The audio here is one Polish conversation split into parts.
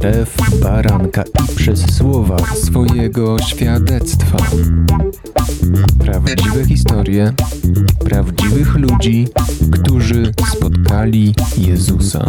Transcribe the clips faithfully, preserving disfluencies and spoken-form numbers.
krew baranka i przez słowa swojego świadectwa. Prawdziwe historie prawdziwych ludzi, którzy spotkali Jezusa.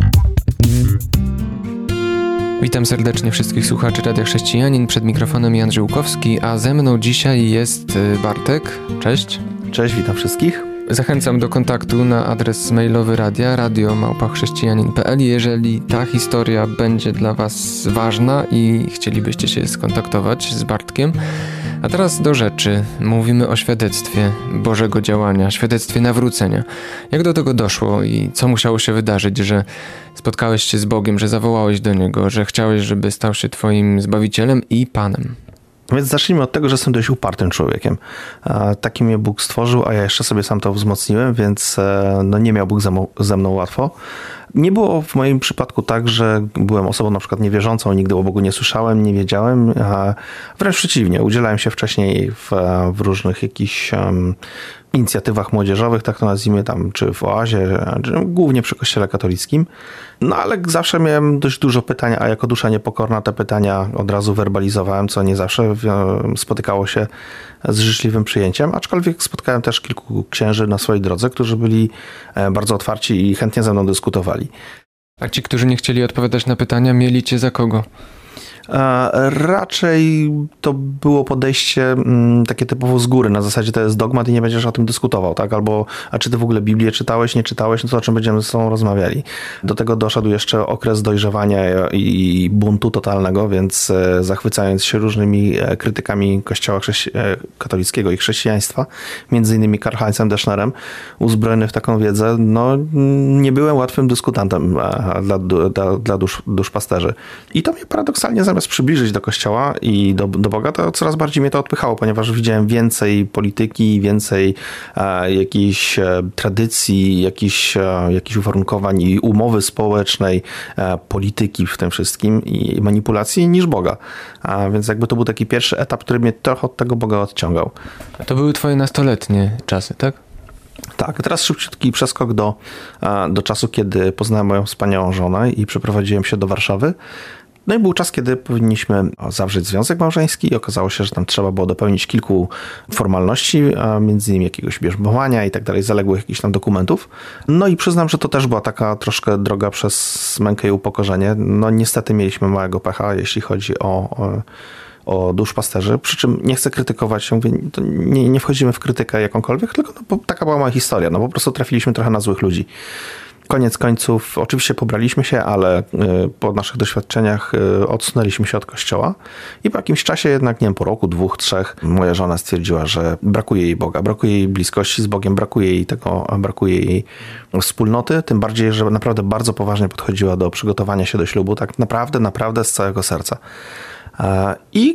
Witam serdecznie wszystkich słuchaczy Radia Chrześcijanin. Przed mikrofonem Jan Żyłkowski, a ze mną dzisiaj jest Bartek. Cześć. Cześć, witam wszystkich. Zachęcam do kontaktu na adres mailowy radia radio małpa chrześcijanin kropka p l. Jeżeli ta historia będzie dla Was ważna i chcielibyście się skontaktować z Bartkiem. A teraz do rzeczy. Mówimy o świadectwie Bożego działania, świadectwie nawrócenia. Jak do tego doszło i co musiało się wydarzyć, że spotkałeś się z Bogiem, że zawołałeś do Niego, że chciałeś, żeby stał się Twoim Zbawicielem i Panem? Więc zacznijmy od tego, że jestem dość upartym człowiekiem. Taki mnie Bóg stworzył, a ja jeszcze sobie sam to wzmocniłem, więc no, nie miał Bóg ze mną łatwo. Nie było w moim przypadku tak, że byłem osobą na przykład niewierzącą, nigdy o Bogu nie słyszałem, nie wiedziałem. Wręcz przeciwnie, udzielałem się wcześniej w, w różnych jakichś um, inicjatywach młodzieżowych, tak to nazwijmy, tam, czy w Oazie, czy głównie przy Kościele katolickim. No ale zawsze miałem dość dużo pytań, a jako dusza niepokorna te pytania od razu werbalizowałem, co nie zawsze spotykało się z życzliwym przyjęciem, aczkolwiek spotkałem też kilku księży na swojej drodze, którzy byli bardzo otwarci i chętnie ze mną dyskutowali. A ci, którzy nie chcieli odpowiadać na pytania, mieli cię za kogo? Raczej to było podejście takie typowo z góry, na zasadzie to jest dogmat i nie będziesz o tym dyskutował, tak? Albo, a czy ty w ogóle Biblię czytałeś, nie czytałeś, no to o czym będziemy ze sobą rozmawiali. Do tego doszedł jeszcze okres dojrzewania i buntu totalnego, więc zachwycając się różnymi krytykami Kościoła katolickiego i chrześcijaństwa, między innymi Karl-Heinzem Deschnerem, uzbrojony w taką wiedzę, no nie byłem łatwym dyskutantem dla, dla, dla dusz, duszpasterzy. I to mnie paradoksalnie zamiast przybliżyć do Kościoła i do, do Boga, to coraz bardziej mnie to odpychało, ponieważ widziałem więcej polityki, więcej e, jakichś e, tradycji, jakichś, e, jakichś uwarunkowań i umowy społecznej, e, polityki w tym wszystkim i manipulacji niż Boga. A więc jakby to był taki pierwszy etap, który mnie trochę od tego Boga odciągał. A to były twoje nastoletnie czasy, tak? Tak, a teraz szybciutki przeskok do, do czasu, kiedy poznałem moją wspaniałą żonę i przeprowadziłem się do Warszawy. No i był czas, kiedy powinniśmy zawrzeć związek małżeński i okazało się, że tam trzeba było dopełnić kilku formalności, między innymi jakiegoś bierzmowania i tak dalej, zaległych jakichś tam dokumentów. No i przyznam, że to też była taka troszkę droga przez mękę i upokorzenie. No niestety mieliśmy małego pecha, jeśli chodzi o... o o duszpasterzy, przy czym nie chcę krytykować, mówię, to nie, nie wchodzimy w krytykę jakąkolwiek, tylko no, taka była moja historia, no po prostu trafiliśmy trochę na złych ludzi. Koniec końców, oczywiście pobraliśmy się, ale po naszych doświadczeniach odsunęliśmy się od Kościoła i po jakimś czasie jednak, nie wiem, po roku, dwóch, trzech, moja żona stwierdziła, że brakuje jej Boga, brakuje jej bliskości z Bogiem, brakuje jej tego, brakuje jej wspólnoty, tym bardziej, że naprawdę bardzo poważnie podchodziła do przygotowania się do ślubu, tak naprawdę, naprawdę z całego serca. I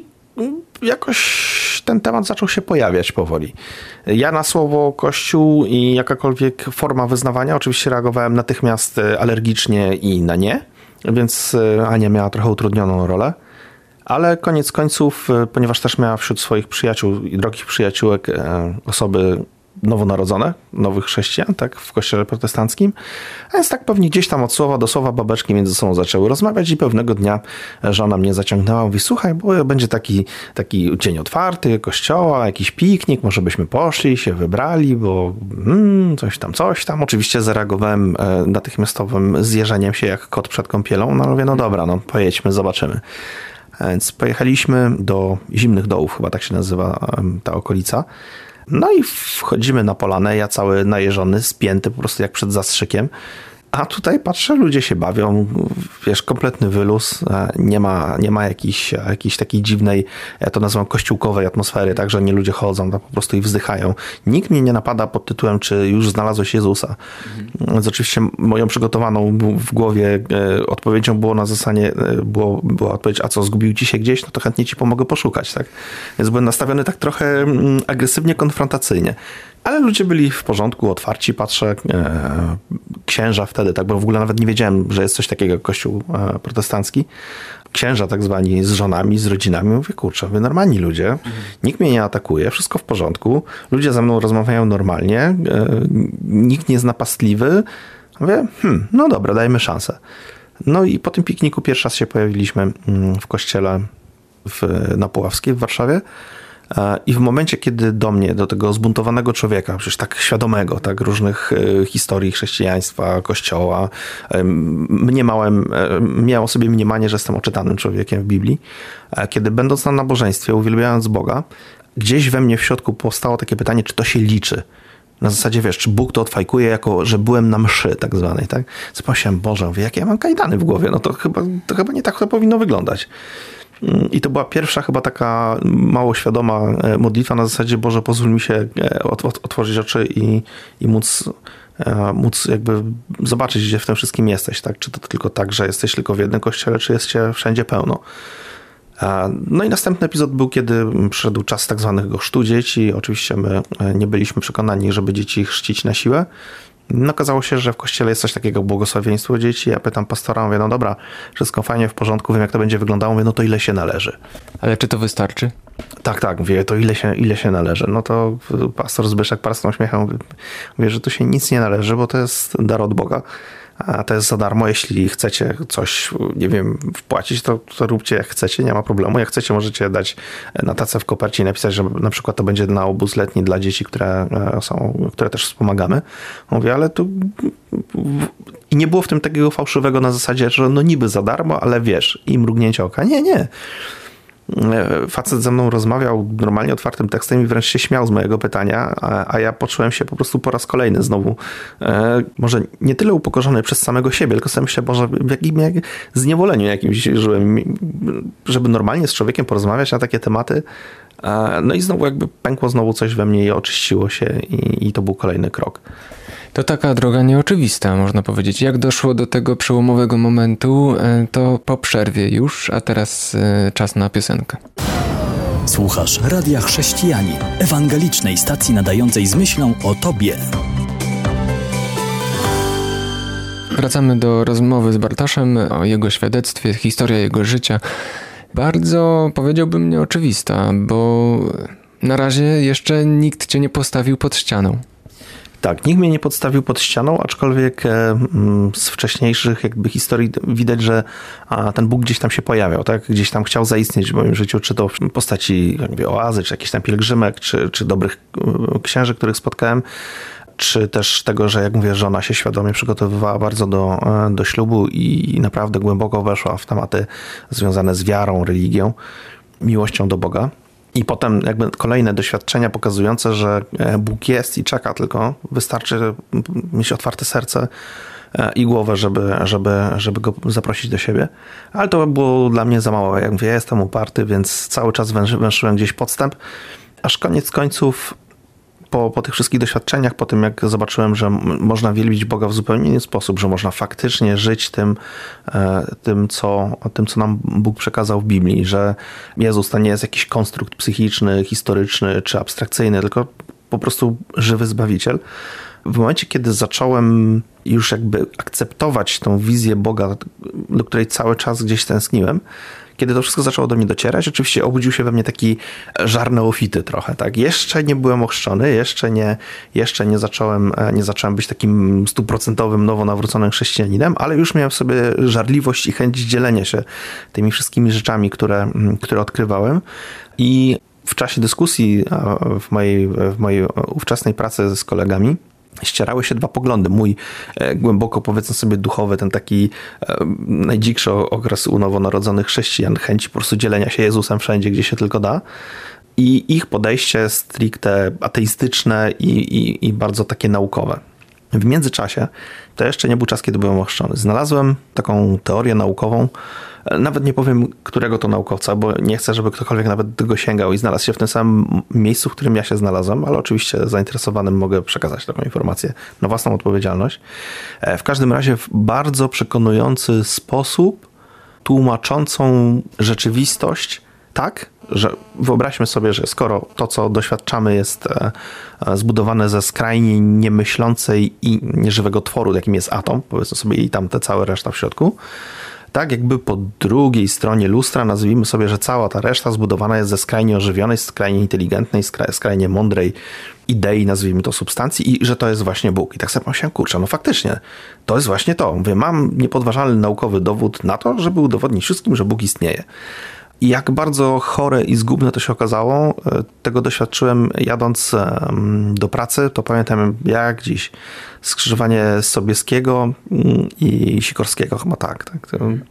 jakoś ten temat zaczął się pojawiać powoli. Ja na słowo Kościół i jakakolwiek forma wyznawania oczywiście reagowałem natychmiast alergicznie i na nie, więc Ania miała trochę utrudnioną rolę. Ale koniec końców, ponieważ też miała wśród swoich przyjaciół i drogich przyjaciółek osoby nowonarodzone, nowych chrześcijan, tak, w kościele protestanckim. A więc tak pewnie gdzieś tam od słowa do słowa babeczki między sobą zaczęły rozmawiać i pewnego dnia żona mnie zaciągnęła, mówi, słuchaj, bo będzie taki, taki dzień otwarty kościoła, jakiś piknik, może byśmy poszli, się wybrali, bo hmm, coś tam, coś tam. Oczywiście zareagowałem natychmiastowym zjeżeniem się jak kot przed kąpielą. No mówię, no dobra, no pojedźmy, zobaczymy. Więc pojechaliśmy do Zimnych Dołów, chyba tak się nazywa ta okolica. No i wchodzimy na polanę, ja cały najeżony, spięty po prostu jak przed zastrzykiem. A tutaj patrzę, ludzie się bawią, wiesz, kompletny wyluz, nie ma, nie ma jakiejś, jakiejś takiej dziwnej, ja to nazywam kościółkowej atmosfery, tak, że nie ludzie chodzą tam po prostu i wzdychają. Nikt mnie nie napada pod tytułem, czy już znalazłeś Jezusa. Mhm. Więc oczywiście moją przygotowaną w głowie odpowiedzią było na zasadzie, było, była odpowiedź, a co, zgubił ci się gdzieś? No to chętnie ci pomogę poszukać, tak. Więc byłem nastawiony tak trochę agresywnie, konfrontacyjnie. Ale ludzie byli w porządku, otwarci, patrzę, e, księża wtedy, tak, bo w ogóle nawet nie wiedziałem, że jest coś takiego jak kościół e, protestancki. Księża tak zwani z żonami, z rodzinami, mówię, kurczę, wy normalni ludzie, mhm. Nikt mnie nie atakuje, wszystko w porządku, ludzie ze mną rozmawiają normalnie, e, nikt nie jest napastliwy. Mówię, hmm, no dobra, dajmy szansę. No i po tym pikniku pierwszy raz się pojawiliśmy w kościele w, na Puławskiej w Warszawie. I w momencie, kiedy do mnie, do tego zbuntowanego człowieka, przecież tak świadomego, tak różnych historii chrześcijaństwa, kościoła, mniemałem, miałem sobie mniemanie, że jestem oczytanym człowiekiem w Biblii, kiedy będąc na nabożeństwie, uwielbiając Boga, gdzieś we mnie w środku powstało takie pytanie, czy to się liczy. Na zasadzie, wiesz, czy Bóg to odfajkuje, jako że byłem na mszy tak zwanej, tak? Co pomyślałem, Boże, mówię, jakie ja mam kajdany w głowie, no to chyba, to chyba nie tak to powinno wyglądać. I to była pierwsza chyba taka mało świadoma modlitwa na zasadzie, Boże, pozwól mi się otworzyć oczy i, i móc, móc jakby zobaczyć, gdzie w tym wszystkim jesteś, tak? Czy to tylko tak, że jesteś tylko w jednym kościele, czy jest cię wszędzie pełno. No i następny epizod był, kiedy przyszedł czas tak zwanego chrztu dzieci. Oczywiście my nie byliśmy przekonani, żeby dzieci chrzcić na siłę. No okazało się, że w kościele jest coś takiego jak błogosławieństwo dzieci. Ja pytam pastora, mówię, no dobra, wszystko fajnie, w porządku, wiem jak to będzie wyglądało. Mówię, no to ile się należy? Ale czy to wystarczy? Tak, tak, mówię, to ile się, ile się należy? No to pastor Zbyszek parsknął śmiechem, mówi, mówi, że tu się nic nie należy, bo to jest dar od Boga. A to jest za darmo, jeśli chcecie coś, nie wiem, wpłacić, to, to róbcie jak chcecie, nie ma problemu. Jak chcecie, możecie dać na tacę w kopercie i napisać, że na przykład to będzie na obóz letni dla dzieci, które są, które też wspomagamy. Mówię, ale tu i nie było w tym takiego fałszywego na zasadzie, że no niby za darmo, ale wiesz, i mrugnięcie oka. Nie, nie. Facet ze mną rozmawiał normalnie otwartym tekstem i wręcz się śmiał z mojego pytania, a, a ja poczułem się po prostu po raz kolejny znowu e, może nie tyle upokorzony przez samego siebie, tylko sobie myślę, Boże, w jakim jak, zniewoleniu jakimś żyłem, żeby normalnie z człowiekiem porozmawiać na takie tematy. E, no i znowu jakby pękło znowu coś we mnie i oczyściło się i, i to był kolejny krok. To taka droga nieoczywista, można powiedzieć. Jak doszło do tego przełomowego momentu, to po przerwie już, a teraz czas na piosenkę. Słuchasz Radia Chrześcijanin, ewangelicznej stacji nadającej z myślą o Tobie. Wracamy do rozmowy z Bartoszem o jego świadectwie, historia jego życia. Bardzo, powiedziałbym, nieoczywista, bo na razie jeszcze nikt cię nie postawił pod ścianą. Tak, nikt mnie nie podstawił pod ścianą, aczkolwiek z wcześniejszych jakby historii widać, że ten Bóg gdzieś tam się pojawiał, tak? Gdzieś tam chciał zaistnieć w moim życiu, czy to w postaci jak mówię, oazy, czy jakichś tam pielgrzymek, czy, czy dobrych księży, których spotkałem, czy też tego, że jak mówię, żona się świadomie przygotowywała bardzo do, do ślubu i naprawdę głęboko weszła w tematy związane z wiarą, religią, miłością do Boga. I potem jakby kolejne doświadczenia pokazujące, że Bóg jest i czeka, tylko wystarczy mieć otwarte serce i głowę, żeby, żeby, żeby go zaprosić do siebie. Ale to było dla mnie za mało. Jak mówię, ja jestem uparty, więc cały czas węszyłem gdzieś podstęp, aż koniec końców po, po tych wszystkich doświadczeniach, po tym jak zobaczyłem, że można wielbić Boga w zupełnie inny sposób, że można faktycznie żyć tym, tym, co, tym, co nam Bóg przekazał w Biblii, że Jezus to nie jest jakiś konstrukt psychiczny, historyczny czy abstrakcyjny, tylko po prostu żywy Zbawiciel. W momencie, kiedy zacząłem już jakby akceptować tą wizję Boga, do której cały czas gdzieś tęskniłem, kiedy to wszystko zaczęło do mnie docierać, oczywiście obudził się we mnie taki żar neofity trochę, tak. Jeszcze nie byłem ochrzczony, jeszcze nie, jeszcze nie zacząłem, nie zacząłem być takim stuprocentowym, nowo nawróconym chrześcijaninem, ale już miałem w sobie żarliwość i chęć dzielenia się tymi wszystkimi rzeczami, które, które odkrywałem. I w czasie dyskusji w mojej, w mojej ówczesnej pracy z kolegami ścierały się dwa poglądy. Mój głęboko, powiedzmy sobie, duchowy, ten taki najdzikszy okres u nowonarodzonych chrześcijan, chęci po prostu dzielenia się Jezusem wszędzie, gdzie się tylko da. I ich podejście stricte ateistyczne i, i, i bardzo takie naukowe. W międzyczasie, to jeszcze nie był czas, kiedy byłem ochrzczony, znalazłem taką teorię naukową, nawet nie powiem, którego to naukowca, bo nie chcę, żeby ktokolwiek nawet do tego sięgał i znalazł się w tym samym miejscu, w którym ja się znalazłem, ale oczywiście zainteresowanym mogę przekazać taką informację na własną odpowiedzialność. W każdym razie w bardzo przekonujący sposób tłumaczącą rzeczywistość tak, że wyobraźmy sobie, że skoro to, co doświadczamy, jest zbudowane ze skrajnie niemyślącej i nieżywego tworu, jakim jest atom, powiedzmy sobie, i tam te całe reszta w środku, tak jakby po drugiej stronie lustra, nazwijmy sobie, że cała ta reszta zbudowana jest ze skrajnie ożywionej, skrajnie inteligentnej, skrajnie mądrej idei, nazwijmy to substancji, i że to jest właśnie Bóg. I tak sobie pomyślałem, kurczę, no faktycznie, to jest właśnie to. Mówię, mam niepodważalny naukowy dowód na to, żeby udowodnić wszystkim, że Bóg istnieje. I jak bardzo chore i zgubne to się okazało, tego doświadczyłem jadąc do pracy, to pamiętam jak dziś, skrzyżowanie Sobieskiego i Sikorskiego, chyba tak. tak.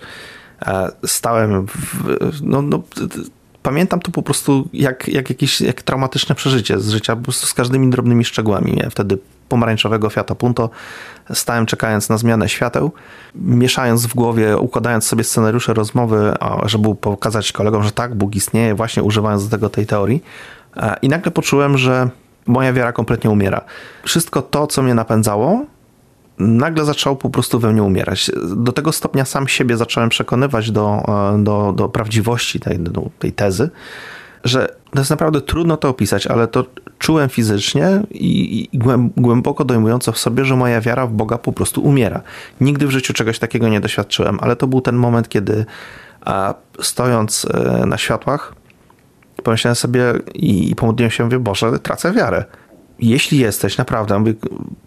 Stałem, w, no, no, pamiętam to po prostu jak, jak jakieś jak traumatyczne przeżycie z życia, po prostu z każdymi drobnymi szczegółami. Miałem wtedy pomarańczowego Fiata Punto, stałem czekając na zmianę świateł, mieszając w głowie, układając sobie scenariusze rozmowy, żeby pokazać kolegom, że tak, Bóg istnieje, właśnie używając do tego tej teorii. I nagle poczułem, że moja wiara kompletnie umiera. Wszystko to, co mnie napędzało, nagle zaczęło po prostu we mnie umierać. Do tego stopnia sam siebie zacząłem przekonywać do, do, do prawdziwości tej, do tej tezy, że to jest naprawdę trudno to opisać, ale to czułem fizycznie i, i głęboko dojmująco w sobie, że moja wiara w Boga po prostu umiera. Nigdy w życiu czegoś takiego nie doświadczyłem, ale to był ten moment, kiedy a, stojąc na światłach, pomyślałem sobie i, i pomodliłem się, mówię, Boże, tracę wiarę. Jeśli jesteś, naprawdę, mówię,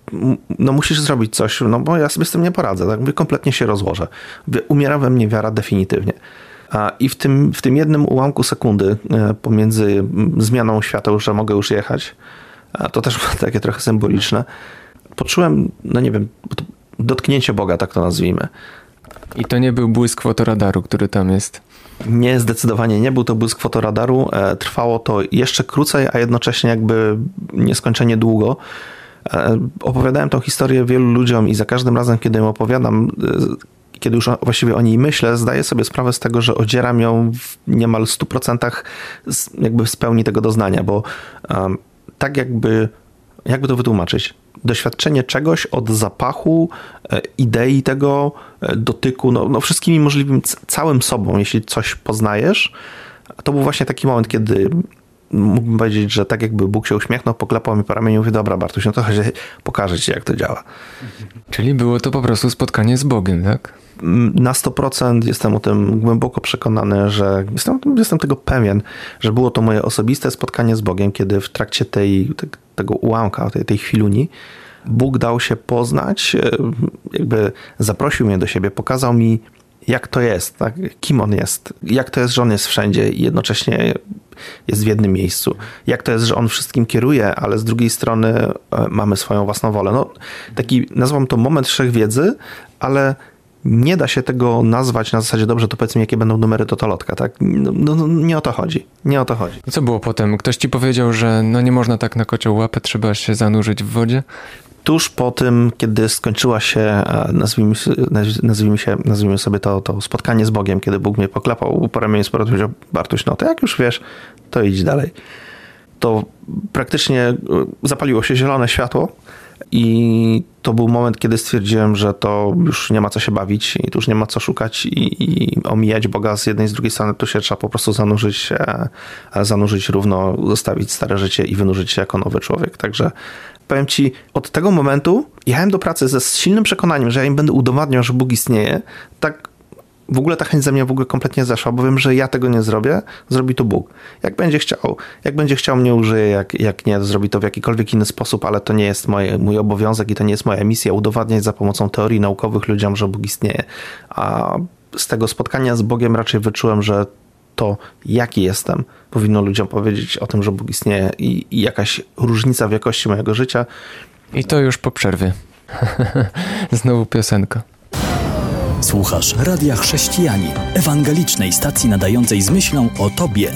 no musisz zrobić coś, no bo ja sobie z tym nie poradzę, tak? Mówię, kompletnie się rozłożę. Mówię, umiera we mnie wiara definitywnie. I w tym, w tym jednym ułamku sekundy pomiędzy zmianą świateł, że mogę już jechać, to też było takie trochę symboliczne, poczułem, no nie wiem, dotknięcie Boga, tak to nazwijmy. I to nie był błysk fotoradaru, który tam jest? Nie, zdecydowanie nie był to błysk fotoradaru. Trwało to jeszcze krócej, a jednocześnie jakby nieskończenie długo. Opowiadałem tą historię wielu ludziom i za każdym razem, kiedy ją opowiadam, kiedy już właściwie o niej myślę, zdaję sobie sprawę z tego, że odzieram ją w niemal stu procentach jakby z pełni tego doznania, bo um, tak jakby, jakby to wytłumaczyć, doświadczenie czegoś od zapachu, idei tego, dotyku, no, no wszystkimi możliwymi, całym sobą, jeśli coś poznajesz, to był właśnie taki moment, kiedy mógłbym powiedzieć, że tak jakby Bóg się uśmiechnął, poklepał mi po ramieniu i mówi, dobra Bartuś, no to chodź, pokażę ci, jak to działa. Czyli było to po prostu spotkanie z Bogiem, tak? Na sto procent jestem o tym głęboko przekonany, że jestem, jestem tego pewien, że było to moje osobiste spotkanie z Bogiem, kiedy w trakcie tej, tego ułamka, tej, tej chwiluni, Bóg dał się poznać, jakby zaprosił mnie do siebie, pokazał mi, jak to jest, tak? Kim on jest, jak to jest, że on jest wszędzie i jednocześnie jest w jednym miejscu. Jak to jest, że on wszystkim kieruje, ale z drugiej strony mamy swoją własną wolę. No, taki, nazwam to moment wszechwiedzy, ale nie da się tego nazwać na zasadzie, dobrze, to powiedzmy, jakie będą numery totolotka, tak? No, no, nie o to chodzi. Nie o to chodzi. I co było potem? Ktoś ci powiedział, że no nie można tak na kocioł łapę, trzeba się zanurzyć w wodzie? Tuż po tym, kiedy skończyła się, nazwijmy, nazwijmy, się, nazwijmy sobie to, to spotkanie z Bogiem, kiedy Bóg mnie poklepał po ramieniu i powiedział, Bartuś, no to jak już wiesz, to idź dalej. To praktycznie zapaliło się zielone światło i to był moment, kiedy stwierdziłem, że to już nie ma co się bawić i tu już nie ma co szukać i, i omijać Boga z jednej i z drugiej strony. Tu się trzeba po prostu zanurzyć, zanurzyć równo, zostawić stare życie i wynurzyć się jako nowy człowiek. Także powiem ci, od tego momentu jechałem do pracy ze silnym przekonaniem, że ja im będę udowadniał, że Bóg istnieje. Tak w ogóle ta chęć ze mnie w ogóle kompletnie zeszła, bo wiem, że ja tego nie zrobię, zrobi to Bóg. Jak będzie chciał, jak będzie chciał, mnie użyje, jak, jak nie, zrobi to w jakikolwiek inny sposób, ale to nie jest moje, mój obowiązek i to nie jest moja misja udowadniać za pomocą teorii naukowych ludziom, że Bóg istnieje. A z tego spotkania z Bogiem raczej wyczułem, że to, jaki jestem, powinno ludziom powiedzieć o tym, że Bóg istnieje i, i jakaś różnica w jakości mojego życia. I to już po przerwie. Znowu piosenka. Słuchasz Radia Chrześcijanin, ewangelicznej stacji nadającej z myślą o Tobie.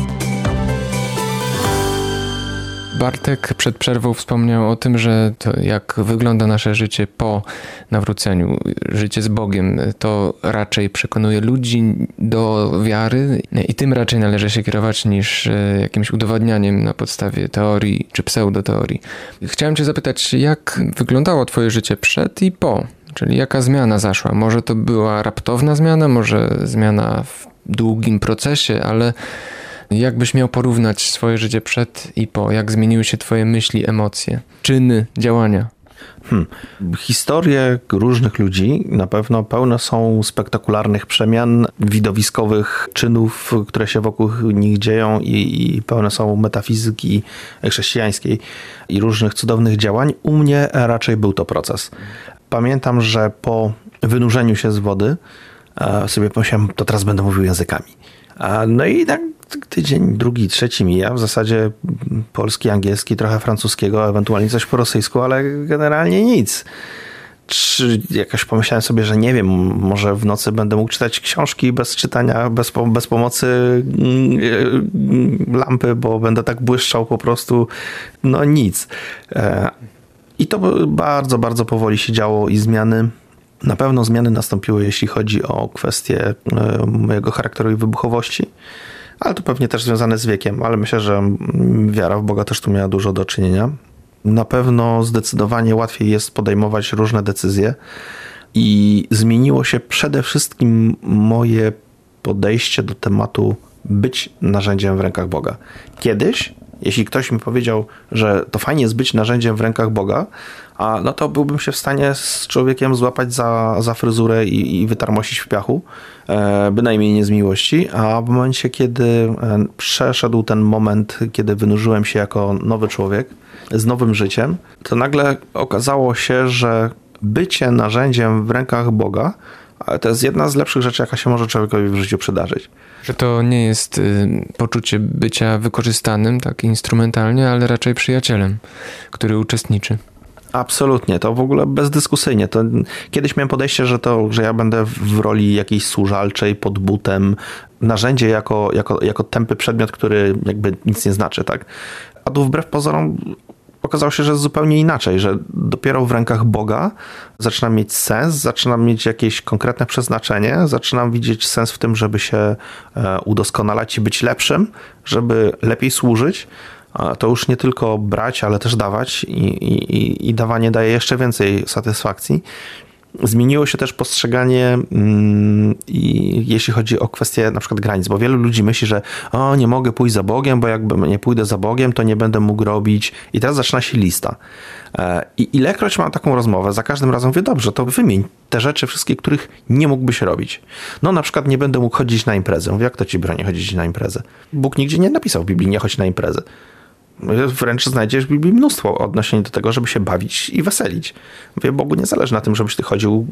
Bartek przed przerwą wspomniał o tym, że to jak wygląda nasze życie po nawróceniu, życie z Bogiem, to raczej przekonuje ludzi do wiary i tym raczej należy się kierować niż jakimś udowadnianiem na podstawie teorii czy pseudoteorii. Chciałem cię zapytać, jak wyglądało twoje życie przed i po? Czyli jaka zmiana zaszła? Może to była raptowna zmiana, może zmiana w długim procesie, ale jak byś miał porównać swoje życie przed i po? Jak zmieniły się twoje myśli, emocje, czyny, działania? Hmm. Historie różnych ludzi na pewno pełne są spektakularnych przemian, widowiskowych czynów, które się wokół nich dzieją i, i pełne są metafizyki chrześcijańskiej i różnych cudownych działań. U mnie raczej był to proces. Pamiętam, że po wynurzeniu się z wody sobie pomyślałem, to teraz będę mówił językami. No i tak tydzień, drugi, trzeci mija, w zasadzie polski, angielski, trochę francuskiego, ewentualnie coś po rosyjsku, ale generalnie nic. Czy jakoś pomyślałem sobie, że nie wiem, może w nocy będę mógł czytać książki bez czytania, bez, bez pomocy lampy, bo będę tak błyszczał po prostu, no nic. I to bardzo, bardzo powoli się działo i zmiany. Na pewno zmiany nastąpiły, jeśli chodzi o kwestię mojego charakteru i wybuchowości, ale to pewnie też związane z wiekiem, ale myślę, że wiara w Boga też tu miała dużo do czynienia. Na pewno zdecydowanie łatwiej jest podejmować różne decyzje i zmieniło się przede wszystkim moje podejście do tematu być narzędziem w rękach Boga. Kiedyś, jeśli ktoś mi powiedział, że to fajnie jest być narzędziem w rękach Boga, a no to byłbym się w stanie z człowiekiem złapać za, za fryzurę i, i wytarmosić w piachu, e, bynajmniej nie z miłości, a w momencie, kiedy e, przeszedł ten moment, kiedy wynurzyłem się jako nowy człowiek z nowym życiem, to nagle okazało się, że bycie narzędziem w rękach Boga, ale to jest jedna z lepszych rzeczy, jaka się może człowiekowi w życiu przydarzyć. Że to nie jest y, poczucie bycia wykorzystanym tak instrumentalnie, ale raczej przyjacielem, który uczestniczy. Absolutnie, to w ogóle bezdyskusyjnie. To kiedyś miałem podejście, że to, że ja będę w roli jakiejś służalczej, pod butem, narzędzie jako, jako, jako tępy przedmiot, który jakby nic nie znaczy, tak? A tu wbrew pozorom okazało się, że jest zupełnie inaczej, że dopiero w rękach Boga zaczynam mieć sens, zaczynam mieć jakieś konkretne przeznaczenie, zaczynam widzieć sens w tym, żeby się udoskonalać i być lepszym, żeby lepiej służyć. To już nie tylko brać, ale też dawać i, i, i dawanie daje jeszcze więcej satysfakcji. Zmieniło się też postrzeganie mm, i jeśli chodzi o kwestię na przykład granic, bo wielu ludzi myśli, że o, nie mogę pójść za Bogiem, bo jakby nie pójdę za Bogiem, to nie będę mógł robić i teraz zaczyna się lista. I ilekroć mam taką rozmowę, za każdym razem mówię, dobrze, to wymień te rzeczy wszystkie, których nie mógłbyś robić. No na przykład nie będę mógł chodzić na imprezę. Mówię, jak to ci broni chodzić na imprezę? Bóg nigdzie nie napisał w Biblii, nie chodź na imprezę. Wręcz znajdziesz w Biblii mnóstwo odnoszeń do tego, żeby się bawić i weselić. Mówię, Bogu nie zależy na tym, żebyś ty chodził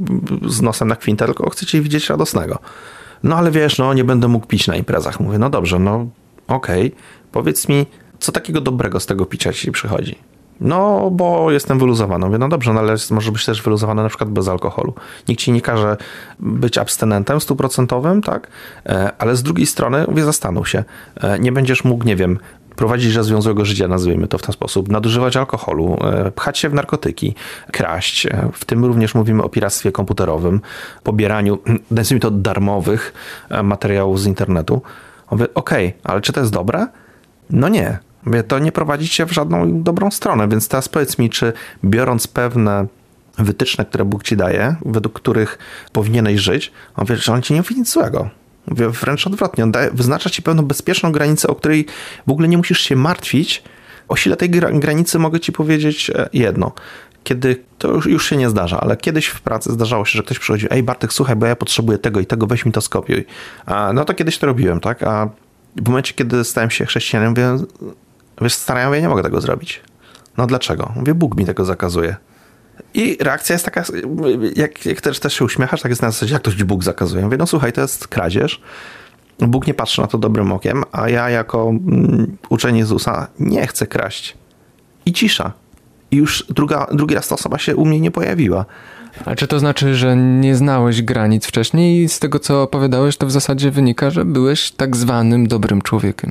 z nosem na kwintę, tylko chce cię widzieć radosnego. No ale wiesz, no nie będę mógł pić na imprezach. Mówię, no dobrze, no okej. Okay. Powiedz mi, co takiego dobrego z tego picia ci przychodzi? No, bo jestem wyluzowany. Mówię, no dobrze, no ale może być też wyluzowany na przykład bez alkoholu. Nikt ci nie każe być abstynentem stuprocentowym, tak? Ale z drugiej strony, mówię, zastanów się. Nie będziesz mógł, nie wiem, prowadzić rozwiązłego życia, nazwijmy to w ten sposób, nadużywać alkoholu, pchać się w narkotyki, kraść. W tym również mówimy o piractwie komputerowym, pobieraniu, nazwijmy to darmowych materiałów z internetu. Mówię, okej, okay, ale czy to jest dobre? No nie. Mówię, to nie prowadzi cię w żadną dobrą stronę, więc teraz powiedz mi, czy biorąc pewne wytyczne, które Bóg ci daje, według których powinieneś żyć, on wie, że on ci nie mówi nic złego. Mówię, wręcz odwrotnie, on daje, wyznacza ci pewną bezpieczną granicę, o której w ogóle nie musisz się martwić. O sile tej granicy mogę ci powiedzieć jedno. Kiedy, to już, już się nie zdarza, ale kiedyś w pracy zdarzało się, że ktoś przychodził, ej Bartek, słuchaj, bo ja potrzebuję tego i tego, weź mi to skopiuj. A, no to kiedyś to robiłem, tak? A w momencie, kiedy stałem się chrześcijaninem, mówię, wiesz, stary, ja nie mogę tego zrobić. No dlaczego? Mówię, Bóg mi tego zakazuje. I reakcja jest taka, jak, jak też, też się uśmiechasz, tak jest na zasadzie, jak to ci Bóg zakazuje. Mówię, no słuchaj, to jest kradzież. Bóg nie patrzy na to dobrym okiem, a ja jako mm, uczeń Jezusa nie chcę kraść. I cisza. I już druga, drugi raz ta osoba się u mnie nie pojawiła. A czy to znaczy, że nie znałeś granic wcześniej i z tego, co opowiadałeś, to w zasadzie wynika, że byłeś tak zwanym dobrym człowiekiem?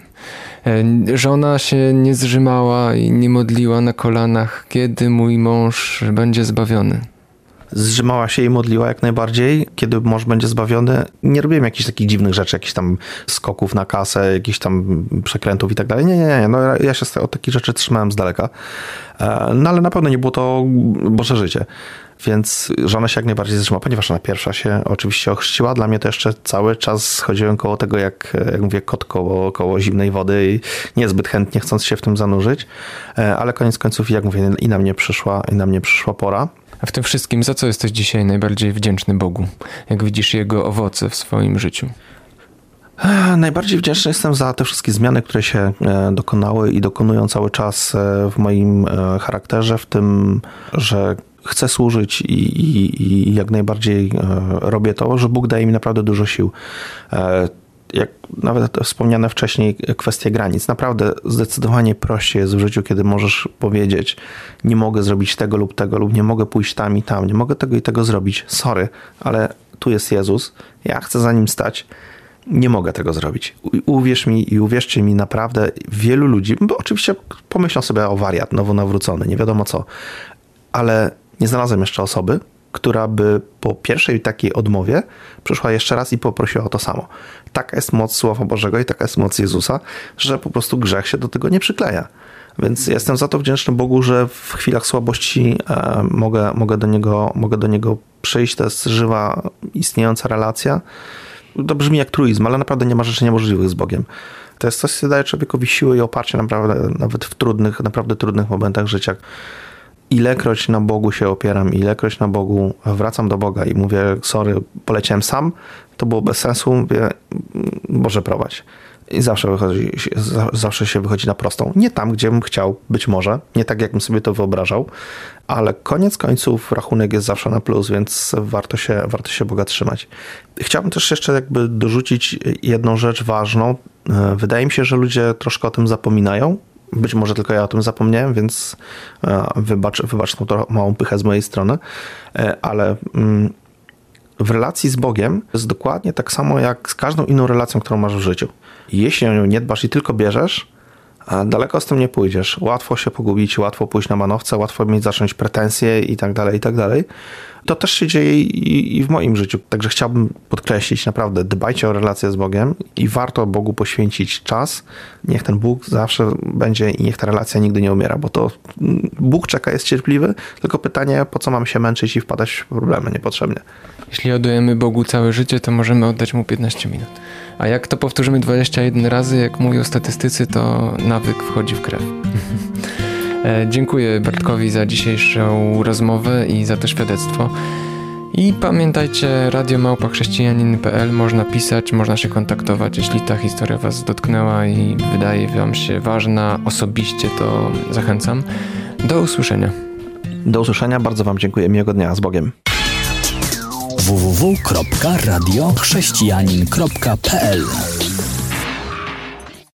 Żona się nie zrzymała i nie modliła na kolanach, kiedy mój mąż będzie zbawiony? zrzymała się i modliła jak najbardziej, kiedy mąż będzie zbawiony. Nie robiłem jakichś takich dziwnych rzeczy, jakichś tam skoków na kasę, jakichś tam przekrętów i tak dalej. Nie, nie, nie. No, ja się od takich rzeczy trzymałem z daleka. No ale na pewno nie było to Boże życie. Więc żona się jak najbardziej zrzymała, ponieważ ona pierwsza się oczywiście ochrzciła. Dla mnie to jeszcze cały czas chodziłem koło tego, jak, jak mówię, kot koło, koło zimnej wody i niezbyt chętnie chcąc się w tym zanurzyć. Ale koniec końców, jak mówię, i na mnie przyszła, i na mnie przyszła pora. A w tym wszystkim za co jesteś dzisiaj najbardziej wdzięczny Bogu? Jak widzisz Jego owoce w swoim życiu? Najbardziej wdzięczny jestem za te wszystkie zmiany, które się dokonały i dokonują cały czas w moim charakterze, w tym, że chcę służyć i, i, i jak najbardziej robię to, że Bóg daje mi naprawdę dużo sił. Jak nawet wspomniane wcześniej kwestie granic. Naprawdę zdecydowanie prościej jest w życiu, kiedy możesz powiedzieć: nie mogę zrobić tego lub tego, lub nie mogę pójść tam i tam, nie mogę tego i tego zrobić. Sorry, ale tu jest Jezus, ja chcę za Nim stać. Nie mogę tego zrobić. U- uwierz mi i uwierzcie mi, naprawdę wielu ludzi, bo oczywiście pomyślą sobie o wariat, nowo nawrócony, nie wiadomo co, ale nie znalazłem jeszcze osoby, która by po pierwszej takiej odmowie przyszła jeszcze raz i poprosiła o to samo. Taka jest moc Słowa Bożego i taka jest moc Jezusa, że po prostu grzech się do tego nie przykleja. Więc jestem za to wdzięczny Bogu, że w chwilach słabości e, mogę, mogę, do niego, mogę do Niego przyjść. To jest żywa, istniejąca relacja. To brzmi jak truizm, ale naprawdę nie ma rzeczy niemożliwych z Bogiem. To jest coś, co daje człowiekowi siłę i oparcie naprawdę, nawet w trudnych, naprawdę trudnych momentach życia. Ilekroć na Bogu się opieram, ilekroć na Bogu wracam do Boga i mówię: sorry, poleciałem sam, to było bez sensu, mówię: Boże, prowadź. I zawsze, wychodzi, zawsze się wychodzi na prostą. Nie tam, gdzie bym chciał, być może, nie tak, jakbym sobie to wyobrażał, ale koniec końców rachunek jest zawsze na plus, więc warto się, warto się Boga trzymać. Chciałbym też jeszcze jakby dorzucić jedną rzecz ważną. Wydaje mi się, że ludzie troszkę o tym zapominają. Być może tylko ja o tym zapomniałem, więc wybacz, wybacz tą małą pychę z mojej strony, ale w relacji z Bogiem jest dokładnie tak samo jak z każdą inną relacją, którą masz w życiu. Jeśli o nią nie dbasz i tylko bierzesz, daleko z tym nie pójdziesz. Łatwo się pogubić, łatwo pójść na manowce, łatwo mieć zacząć pretensje i tak dalej, i tak dalej. To też się dzieje i, i w moim życiu. Także chciałbym podkreślić, naprawdę dbajcie o relację z Bogiem i warto Bogu poświęcić czas. Niech ten Bóg zawsze będzie i niech ta relacja nigdy nie umiera, bo to Bóg czeka, jest cierpliwy, tylko pytanie, po co mamy się męczyć i wpadać w problemy niepotrzebnie. Jeśli oddajemy Bogu całe życie, to możemy oddać Mu piętnaście minut. A jak to powtórzymy dwadzieścia jeden razy, jak mówią statystycy, to nawyk wchodzi w krew. Dziękuję Bartkowi za dzisiejszą rozmowę i za to świadectwo. I pamiętajcie, radio małpa chrześcijanin kropka p l, można pisać, można się kontaktować. Jeśli ta historia Was dotknęła i wydaje Wam się ważna osobiście, to zachęcam. Do usłyszenia. Do usłyszenia, bardzo Wam dziękuję. Miłego dnia, z Bogiem. w w w kropka radio chrześcijanin kropka p l